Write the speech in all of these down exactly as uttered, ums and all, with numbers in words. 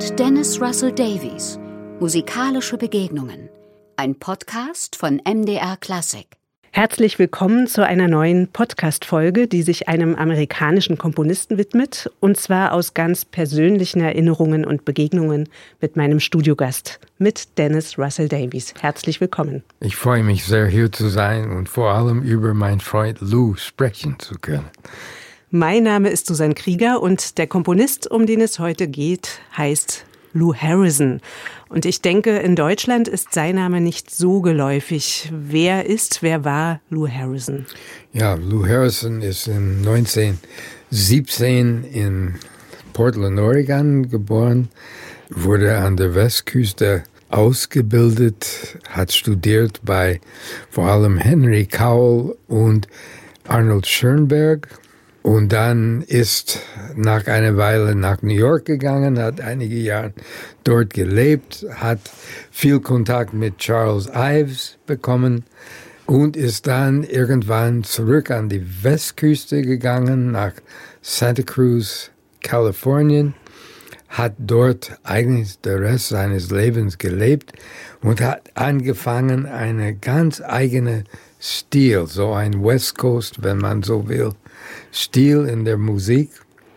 hört Dennis Russell Davies, Musikalische Begegnungen, ein Podcast von M D R Klassik. Herzlich willkommen zu einer neuen Podcast-Folge, die sich einem amerikanischen Komponisten widmet, und zwar aus ganz persönlichen Erinnerungen und Begegnungen mit meinem Studiogast, mit Dennis Russell Davies. Herzlich willkommen. Ich freue mich sehr, hier zu sein und vor allem über meinen Freund Lou sprechen zu können. Mein Name ist Susanne Krieger und der Komponist, um den es heute geht, heißt Lou Harrison. Und ich denke, in Deutschland ist sein Name nicht so geläufig. Wer ist, wer war Lou Harrison? Ja, Lou Harrison ist in neunzehnhundertsiebzehn in Portland, Oregon geboren, wurde an der Westküste ausgebildet, hat studiert bei vor allem Henry Cowell und Arnold Schoenberg. Und dann ist nach einer Weile nach New York gegangen, hat einige Jahre dort gelebt, hat viel Kontakt mit Charles Ives bekommen und ist dann irgendwann zurück an die Westküste gegangen, nach Santa Cruz, Kalifornien, hat dort eigentlich den Rest seines Lebens gelebt und hat angefangen, eine ganz eigene Stil, so ein West Coast, wenn man so will, Stil in der Musik,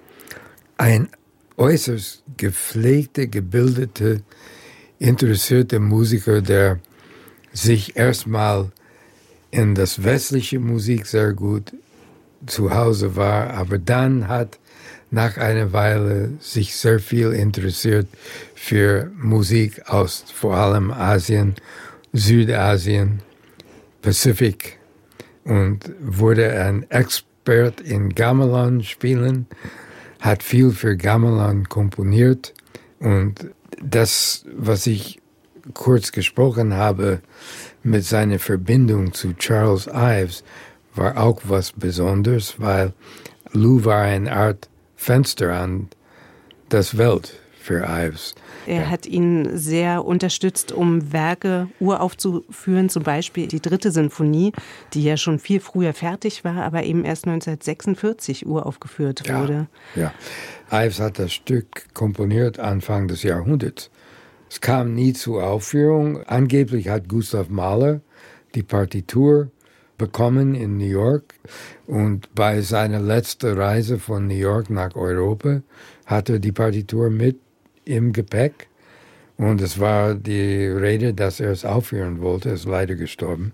ein äußerst gepflegter, gebildeter, interessierter Musiker, der sich erstmal in das westliche Musik sehr gut zu Hause war, aber dann hat nach einer Weile sich sehr viel interessiert für Musik aus vor allem Asien, Südasien, Pazifik und wurde ein Experte in Gamelan spielen, hat viel für Gamelan komponiert und das, was ich kurz gesprochen habe mit seiner Verbindung zu Charles Ives, war auch was Besonderes, weil Lou war eine Art Fenster an das Welt für Ives. Er ja. hat ihn sehr unterstützt, um Werke uraufzuführen, zum Beispiel die dritte Sinfonie, die ja schon viel früher fertig war, aber eben erst neunzehnhundertsechsundvierzig uraufgeführt wurde. Ja, ja. Ives hat das Stück komponiert Anfang des Jahrhunderts. Es kam nie zur Aufführung. Angeblich hat Gustav Mahler die Partitur bekommen in New York und bei seiner letzten Reise von New York nach Europa hatte er die Partitur mit im Gepäck und es war die Rede, dass er es aufführen wollte, er ist leider gestorben.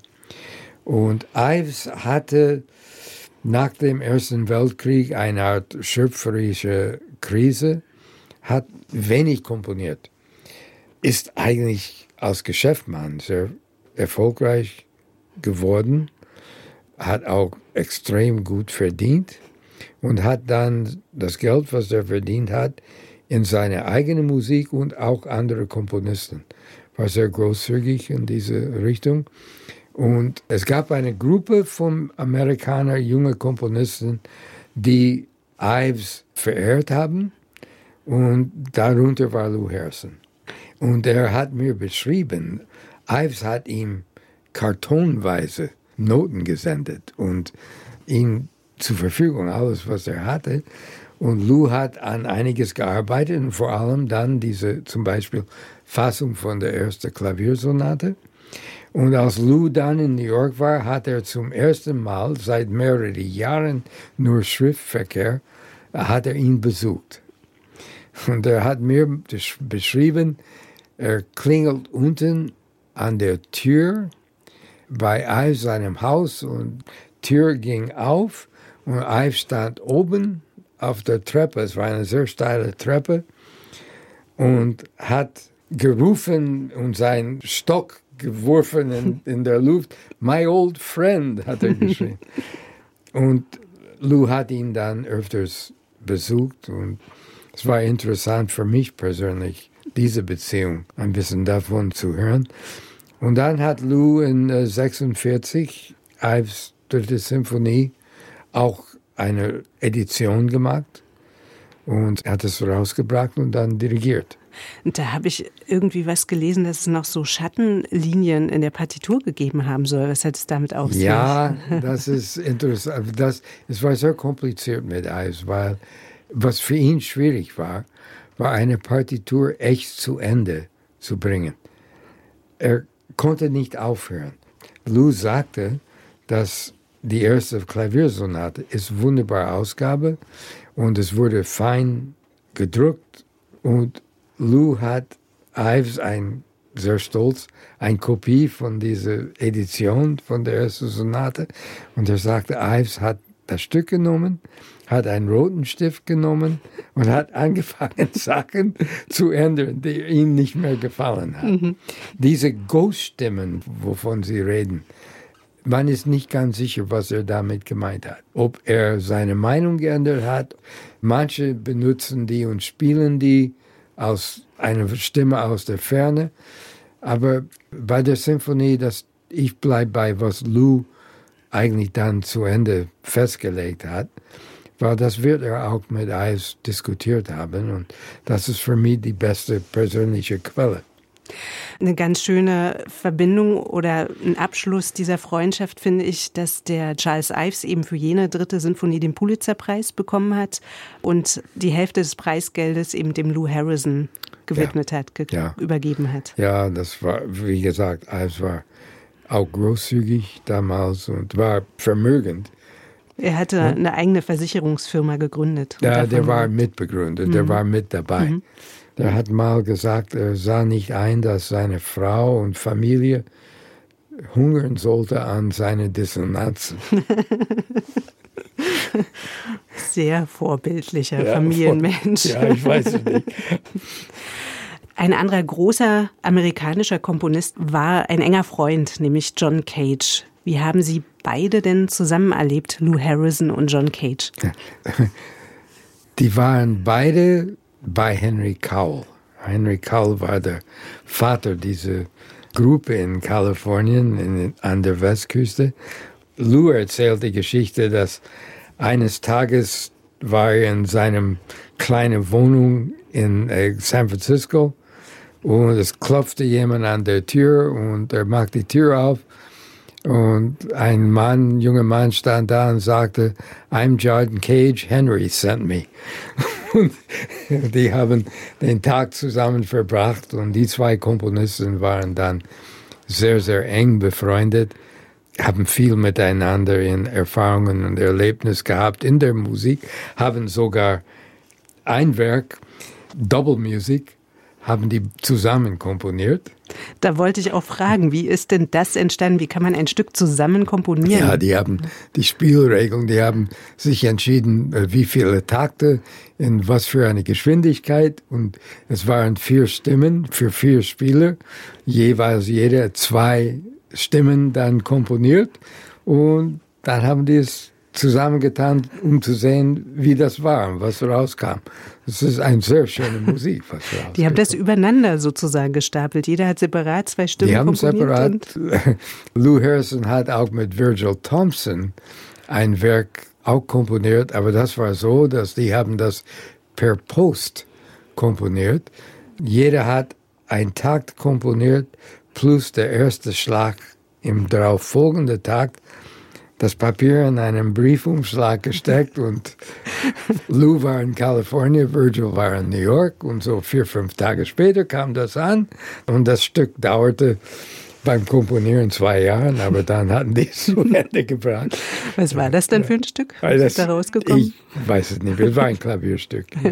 Und Ives hatte nach dem Ersten Weltkrieg eine Art schöpferische Krise, hat wenig komponiert, ist eigentlich als Geschäftsmann sehr erfolgreich geworden, hat auch extrem gut verdient und hat dann das Geld, was er verdient hat, in seine eigene Musik und auch andere Komponisten. War sehr großzügig in diese Richtung. Und es gab eine Gruppe von Amerikanern, junge Komponisten, die Ives verehrt haben. Und darunter war Lou Harrison. Und er hat mir beschrieben, Ives hat ihm kartonweise Noten gesendet und ihm zur Verfügung alles, was er hatte. Und Lou hat an einiges gearbeitet und vor allem dann diese zum Beispiel Fassung von der ersten Klaviersonate. Und als Lou dann in New York war, hat er zum ersten Mal seit mehreren Jahren nur Schriftverkehr, hat er ihn besucht. Und er hat mir beschrieben, er klingelt unten an der Tür bei Ives seinem Haus und die Tür ging auf und Ives stand oben auf der Treppe, es war eine sehr steile Treppe, und hat gerufen und seinen Stock geworfen in, in der Luft. My old friend, hat er geschrien. Und Lou hat ihn dann öfters besucht und es war interessant für mich persönlich, diese Beziehung ein bisschen davon zu hören. Und dann hat Lou in äh, sechsundvierzig Ives dritte Symphonie auch eine Edition gemacht und hat es rausgebracht und dann dirigiert. Und da habe ich irgendwie was gelesen, dass es noch so Schattenlinien in der Partitur gegeben haben soll. Was hat es damit auf sich? Ja, das ist interessant. Das, es war sehr kompliziert mit Ives, weil was für ihn schwierig war, war eine Partitur echt zu Ende zu bringen. Er konnte nicht aufhören. Lou sagte, dass die erste Klaviersonate ist wunderbare Ausgabe und es wurde fein gedruckt und Lou hat Ives ein sehr stolz, eine Kopie von dieser Edition von der ersten Sonate. Und er sagte, Ives hat das Stück genommen, hat einen roten Stift genommen und hat angefangen, Sachen zu ändern, die ihm nicht mehr gefallen haben. Mhm. Diese Ghost-Stimmen, wovon Sie reden, man ist nicht ganz sicher, was er damit gemeint hat. Ob er seine Meinung geändert hat. Manche benutzen die und spielen die aus einer Stimme aus der Ferne. Aber bei der Symphonie, das, ich bleibe bei, was Lou eigentlich dann zu Ende festgelegt hat, weil das wird er auch mit Ives diskutiert haben. Und das ist für mich die beste persönliche Quelle. Eine ganz schöne Verbindung oder ein Abschluss dieser Freundschaft finde ich, dass der Charles Ives eben für jene dritte Sinfonie den Pulitzerpreis bekommen hat und die Hälfte des Preisgeldes eben dem Lou Harrison gewidmet ja. hat, ge- ja. übergeben hat. Ja, das war, wie gesagt, Ives war auch großzügig damals und war vermögend. Er hatte ja. eine eigene Versicherungsfirma gegründet. Ja, der war mitbegründet, mhm. der war mit dabei. Mhm. Der hat mal gesagt, er sah nicht ein, dass seine Frau und Familie hungern sollte an seine Dissonanzen. Sehr vorbildlicher ja, Familienmensch. Ja, ich weiß es nicht. Ein anderer großer amerikanischer Komponist war ein enger Freund, nämlich John Cage. Wie haben Sie beide denn zusammen erlebt, Lou Harrison und John Cage? Die waren beide bei Henry Cowell. Henry Cowell war der Vater dieser Gruppe in Kalifornien in, an der Westküste. Lou erzählt die Geschichte, dass eines Tages war er in seinem kleinen Wohnung in äh, San Francisco und es klopfte jemand an der Tür und er macht die Tür auf und ein Mann, ein junger Mann stand da und sagte, I'm John Cage, Henry sent me. Und die haben den Tag zusammen verbracht und die zwei Komponisten waren dann sehr, sehr eng befreundet, haben viel miteinander in Erfahrungen und Erlebnis gehabt in der Musik, haben sogar ein Werk, Double Music, haben die zusammen komponiert. Da wollte ich auch fragen, wie ist denn das entstanden? Wie kann man ein Stück zusammen komponieren? Ja, die haben die Spielregeln, die haben sich entschieden, wie viele Takte, in was für eine Geschwindigkeit. Und es waren vier Stimmen für vier Spieler, jeweils jeder zwei Stimmen dann komponiert. Und dann haben die es zusammengetan, um zu sehen, wie das war und was rauskam. Das ist eine sehr schöne Musik, was rauskam. Die haben das übereinander sozusagen gestapelt. Jeder hat separat zwei Stimmen Die haben komponiert. Separat. Lou Harrison hat auch mit Virgil Thompson ein Werk auch komponiert, aber das war so, dass die haben das per Post komponiert. Jeder hat einen Takt komponiert, plus der erste Schlag im darauf folgenden Takt. Das Papier in einen Briefumschlag gesteckt und Lou war in Kalifornien, Virgil war in New York und so vier, fünf Tage später kam das an und das Stück dauerte beim Komponieren zwei Jahre, aber dann hatten die es zu Ende gebracht. Was war das denn für ein Stück? Was ist da rausgekommen? Ich weiß es nicht, es war ein Klavierstück. Ja.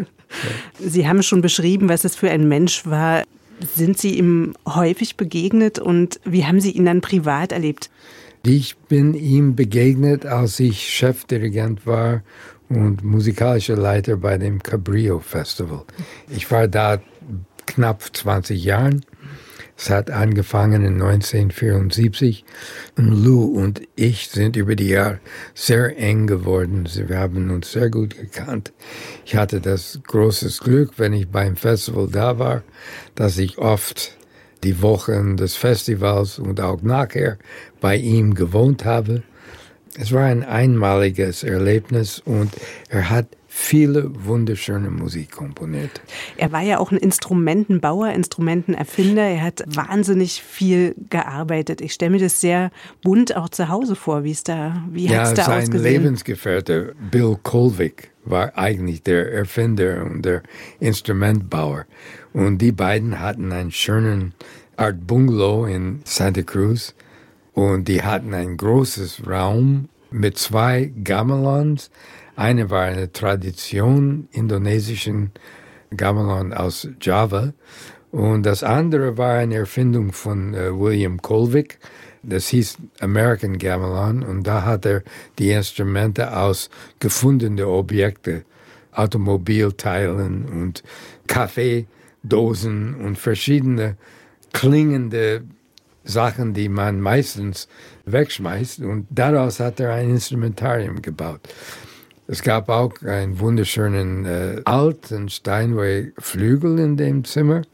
Sie haben schon beschrieben, was es für ein Mensch war. Sind Sie ihm häufig begegnet und wie haben Sie ihn dann privat erlebt? Ich bin ihm begegnet, als ich Chefdirigent war und musikalischer Leiter bei dem Cabrillo Festival. Ich war da knapp zwanzig Jahren. Es hat angefangen in neunzehnhundertvierundsiebzig und Lou und ich sind über die Jahre sehr eng geworden. Wir haben uns sehr gut gekannt. Ich hatte das große Glück, wenn ich beim Festival da war, dass ich oft die Wochen des Festivals und auch nachher bei ihm gewohnt habe. Es war ein einmaliges Erlebnis und er hat viele wunderschöne Musik komponiert. Er war ja auch ein Instrumentenbauer, Instrumentenerfinder. Er hat wahnsinnig viel gearbeitet. Ich stelle mir das sehr bunt auch zu Hause vor, wie es da, wie ja, hat's da sein ausgesehen? Lebensgefährte Bill Colvig war eigentlich der Erfinder und der Instrumentbauer. Und die beiden hatten einen schönen Art Bungalow in Santa Cruz. Und die hatten ein großes Raum mit zwei Gamelons. Eine war eine Tradition indonesischen Gamelan aus Java und das andere war eine Erfindung von äh, William Colvig. Das hieß American Gamelan und da hat er die Instrumente aus gefundenen Objekten, Automobilteilen und Kaffeedosen und verschiedene klingende Sachen, die man meistens wegschmeißt und daraus hat er ein Instrumentarium gebaut. Es gab auch einen wunderschönen äh, alten Steinway-Flügel in dem Zimmer,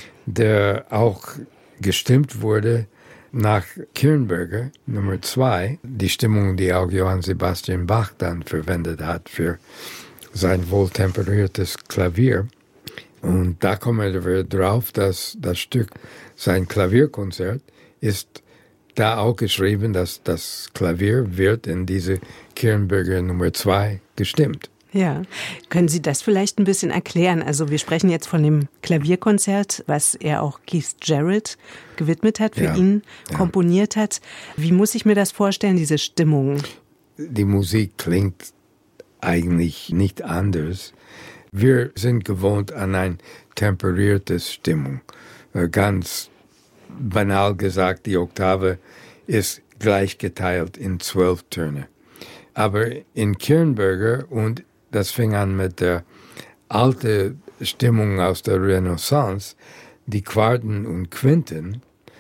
der auch gestimmt wurde nach Kirnberger Nummer zwei, die Stimmung, die auch Johann Sebastian Bach dann verwendet hat für sein wohltemperiertes Klavier. Und da kommen wir drauf, dass das Stück, sein Klavierkonzert, ist da auch geschrieben, dass das Klavier wird in diese Kirnberger Nummer zwei gestimmt. Ja, können Sie das vielleicht ein bisschen erklären? Also wir sprechen jetzt von dem Klavierkonzert, was er auch Keith Jarrett gewidmet hat, für ja, ihn ja. komponiert hat. Wie muss ich mir das vorstellen, diese Stimmung? Die Musik klingt eigentlich nicht anders. Wir sind gewohnt an eine temperierte Stimmung. Ganz banal gesagt, die Oktave ist gleich geteilt in zwölf Töne. Aber in Kirnberger, und das fing an mit der alten Stimmung aus der Renaissance, die Quarten und Quinten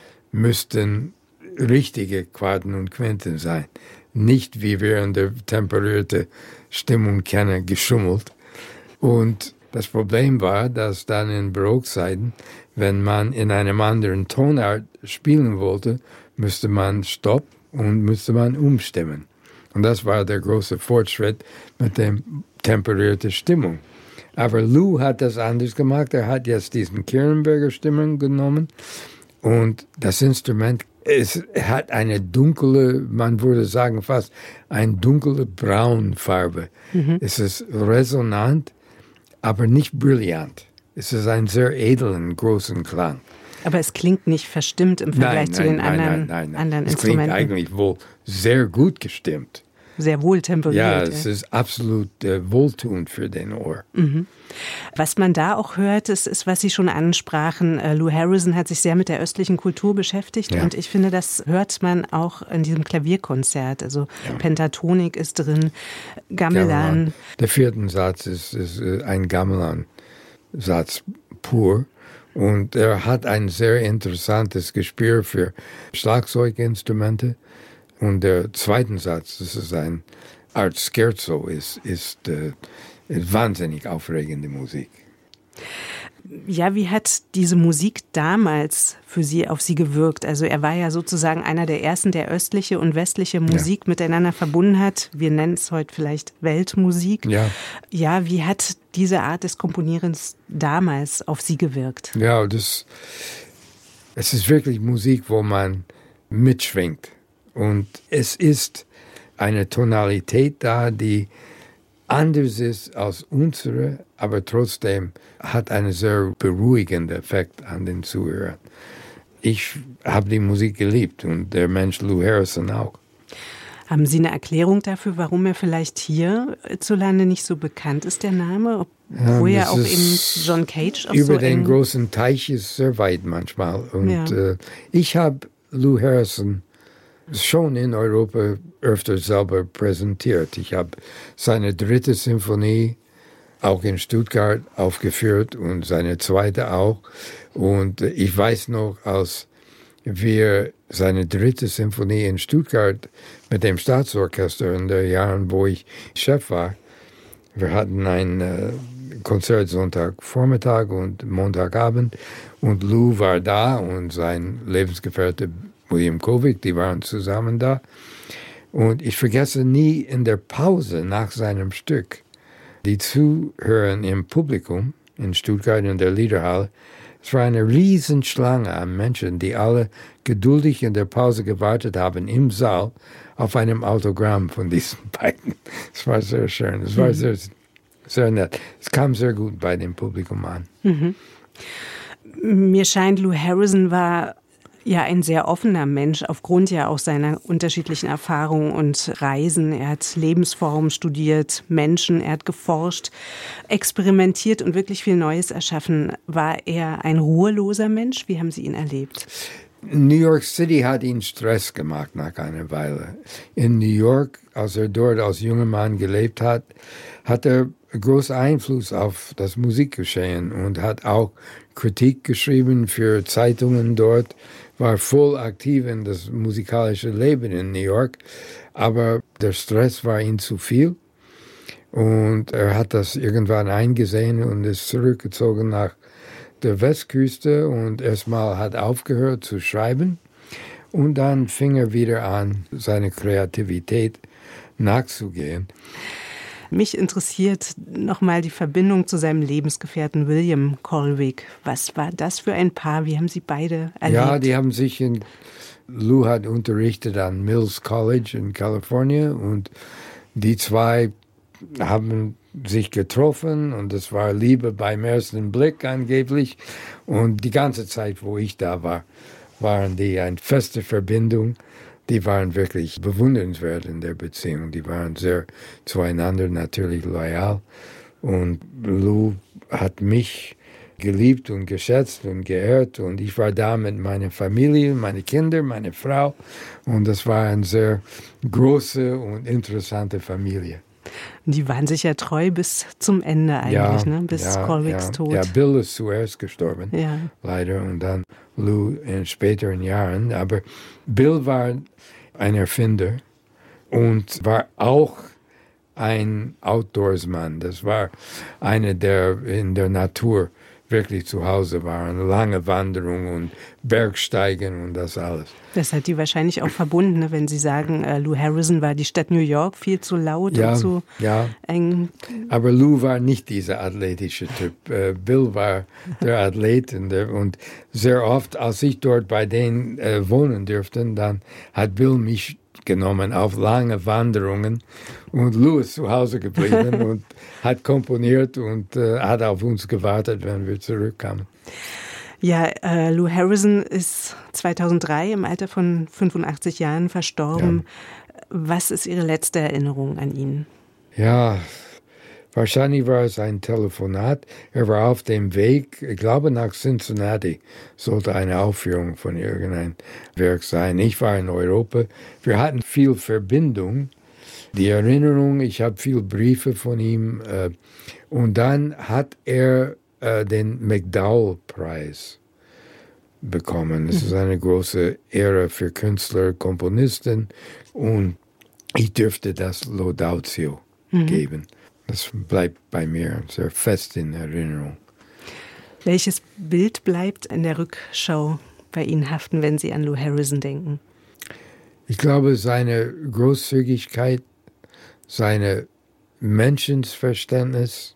müssten richtige Quarten und Quinten sein. Nicht, wie wir in der temperierten Stimmung kennen, geschummelt. Und das Problem war, dass dann in Barockzeiten, wenn man in einem anderen Tonart spielen wollte, müsste man stoppen und müsste man umstimmen. Und das war der große Fortschritt mit der temperierten Stimmung. Aber Lou hat das anders gemacht. Er hat jetzt diesen Kirnberger Stimmen genommen und das Instrument es hat eine dunkle, man würde sagen fast eine dunkle Braunfarbe. Mhm. Es ist resonant, aber nicht brillant. Es ist ein sehr edlen, großen Klang. Aber es klingt nicht verstimmt im Vergleich nein, zu den nein, anderen, nein, nein, nein. anderen es Instrumenten. Es klingt eigentlich wohl sehr gut gestimmt. Sehr wohl temperiert. Ja, es ja. ist absolut äh, wohltuend für den Ohr. Mhm. Was man da auch hört, ist, ist, was Sie schon ansprachen. Äh, Lou Harrison hat sich sehr mit der östlichen Kultur beschäftigt ja. und ich finde, das hört man auch in diesem Klavierkonzert. Also ja. Pentatonik ist drin, Gamelan. Gamelan. Der vierte Satz ist, ist ein Gamelan-Satz pur. Und er hat ein sehr interessantes Gespür für Schlagzeuginstrumente. Und der zweite Satz, das ist ein Art Scherzo, ist, ist, äh, ist wahnsinnig aufregende Musik. Ja, wie hat diese Musik damals für Sie auf Sie gewirkt? Also er war ja sozusagen einer der Ersten, der östliche und westliche Musik ja. miteinander verbunden hat. Wir nennen es heute vielleicht Weltmusik. Ja. Ja, wie hat diese Art des Komponierens damals auf Sie gewirkt? Ja, das, es ist wirklich Musik, wo man mitschwingt. Und es ist eine Tonalität da, die anders ist als unsere, aber trotzdem hat einen sehr beruhigenden Effekt an den Zuhörern. Ich habe die Musik geliebt und der Mensch Lou Harrison auch. Haben Sie eine Erklärung dafür, warum er vielleicht hierzulande nicht so bekannt ist, der Name? Obwohl ja, auch eben John Cage auch über so den eng großen Teich ist sehr weit manchmal. Und ja. äh, ich habe Lou Harrison schon in Europa öfter selber präsentiert. Ich habe seine dritte Symphonie auch in Stuttgart aufgeführt und seine zweite auch. Und ich weiß noch, als wir seine dritte Symphonie in Stuttgart mit dem Staatsorchester in den Jahren, wo ich Chef war, wir hatten ein äh, Konzert Sonntagvormittag und Montagabend und Lou war da und sein Lebensgefährte William Colvig, die waren zusammen da. Und ich vergesse nie in der Pause nach seinem Stück, die Zuhörer im Publikum in Stuttgart in der Liederhalle, es war eine Riesenschlange an Menschen, die alle geduldig in der Pause gewartet haben im Saal auf einem Autogramm von diesen beiden. Es war sehr schön, es war mhm. sehr, sehr nett. Es kam sehr gut bei dem Publikum an. Mhm. Mir scheint, Lou Harrison war ja ein sehr offener Mensch, aufgrund ja auch seiner unterschiedlichen Erfahrungen und Reisen. Er hat Lebensformen studiert, Menschen, er hat geforscht, experimentiert und wirklich viel Neues erschaffen. War er ein ruheloser Mensch? Wie haben Sie ihn erlebt? New York City hat ihn Stress gemacht nach einer Weile. In New York, als er dort als junger Mann gelebt hat, hat er großen Einfluss auf das Musikgeschehen und hat auch Kritik geschrieben für Zeitungen dort, war voll aktiv in das musikalische Leben in New York, aber der Stress war ihm zu viel und er hat das irgendwann eingesehen und ist zurückgezogen nach der Westküste und erstmal hat aufgehört zu schreiben und dann fing er wieder an, seine Kreativität nachzugehen. Mich interessiert nochmal die Verbindung zu seinem Lebensgefährten William Colwick. Was war das für ein Paar? Wie haben Sie beide erlebt? Ja, die haben sich in, Lou hat unterrichtet an Mills College in Kalifornien und die zwei haben sich getroffen und es war Liebe beim ersten Blick angeblich. Und die ganze Zeit, wo ich da war, waren die eine feste Verbindung. Die waren wirklich bewundernswert in der Beziehung. Die waren sehr zueinander natürlich loyal. Und Lou hat mich geliebt und geschätzt und geehrt. Und ich war da mit meiner Familie, meine Kinder, meine Frau. Und das war eine sehr große und interessante Familie. Die waren sich ja treu bis zum Ende eigentlich, ja, ne? Bis ja, Colwicks ja. Tod. Ja, Bill ist zuerst gestorben, ja. leider, und dann Lou in späteren Jahren. Aber Bill war ein Erfinder und war auch ein Outdoorsmann. Das war einer, der in der Natur wirklich zu Hause war. Lange Wanderungen und Bergsteigen und das alles. Das hat die wahrscheinlich auch verbunden, ne? Wenn Sie sagen, äh, Lou Harrison war die Stadt New York viel zu laut ja, und zu ja. eng. Aber Lou war nicht dieser athletische Typ. Äh, Bill war der Athlet und, der, und sehr oft, als ich dort bei denen äh, wohnen durfte, dann hat Bill mich genommen auf lange Wanderungen und Lou ist zu Hause geblieben und hat komponiert und äh, hat auf uns gewartet, wenn wir zurückkamen. Ja, äh, Lou Harrison ist zweitausenddrei im Alter von fünfundachtzig Jahren verstorben. Ja. Was ist Ihre letzte Erinnerung an ihn? Ja, wahrscheinlich war es ein Telefonat. Er war auf dem Weg, ich glaube nach Cincinnati, sollte eine Aufführung von irgendeinem Werk sein. Ich war in Europa. Wir hatten viel Verbindung. Die Erinnerung, ich habe viele Briefe von ihm. Äh, und dann hat er äh, den McDowell-Preis bekommen. Das ist eine große Ehre für Künstler, Komponisten. Und ich dürfte das Laudatio mhm. geben. Das bleibt bei mir sehr fest in Erinnerung. Welches Bild bleibt in der Rückschau bei Ihnen haften, wenn Sie an Lou Harrison denken? Ich glaube, seine Großzügigkeit, seine Menschenverständnis.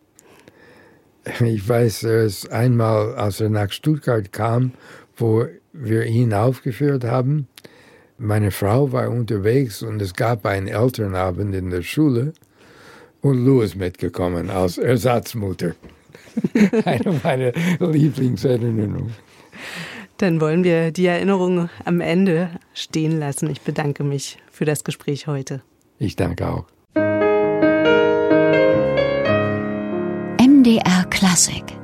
Ich weiß, er ist einmal, als er nach Stuttgart kam, wo wir ihn aufgeführt haben. Meine Frau war unterwegs und es gab einen Elternabend in der Schule. Und Lou ist mitgekommen als Ersatzmutter. Eine meiner Lieblingserinnerungen. Dann wollen wir die Erinnerung am Ende stehen lassen. Ich bedanke mich für das Gespräch heute. Ich danke auch. M D R Klassik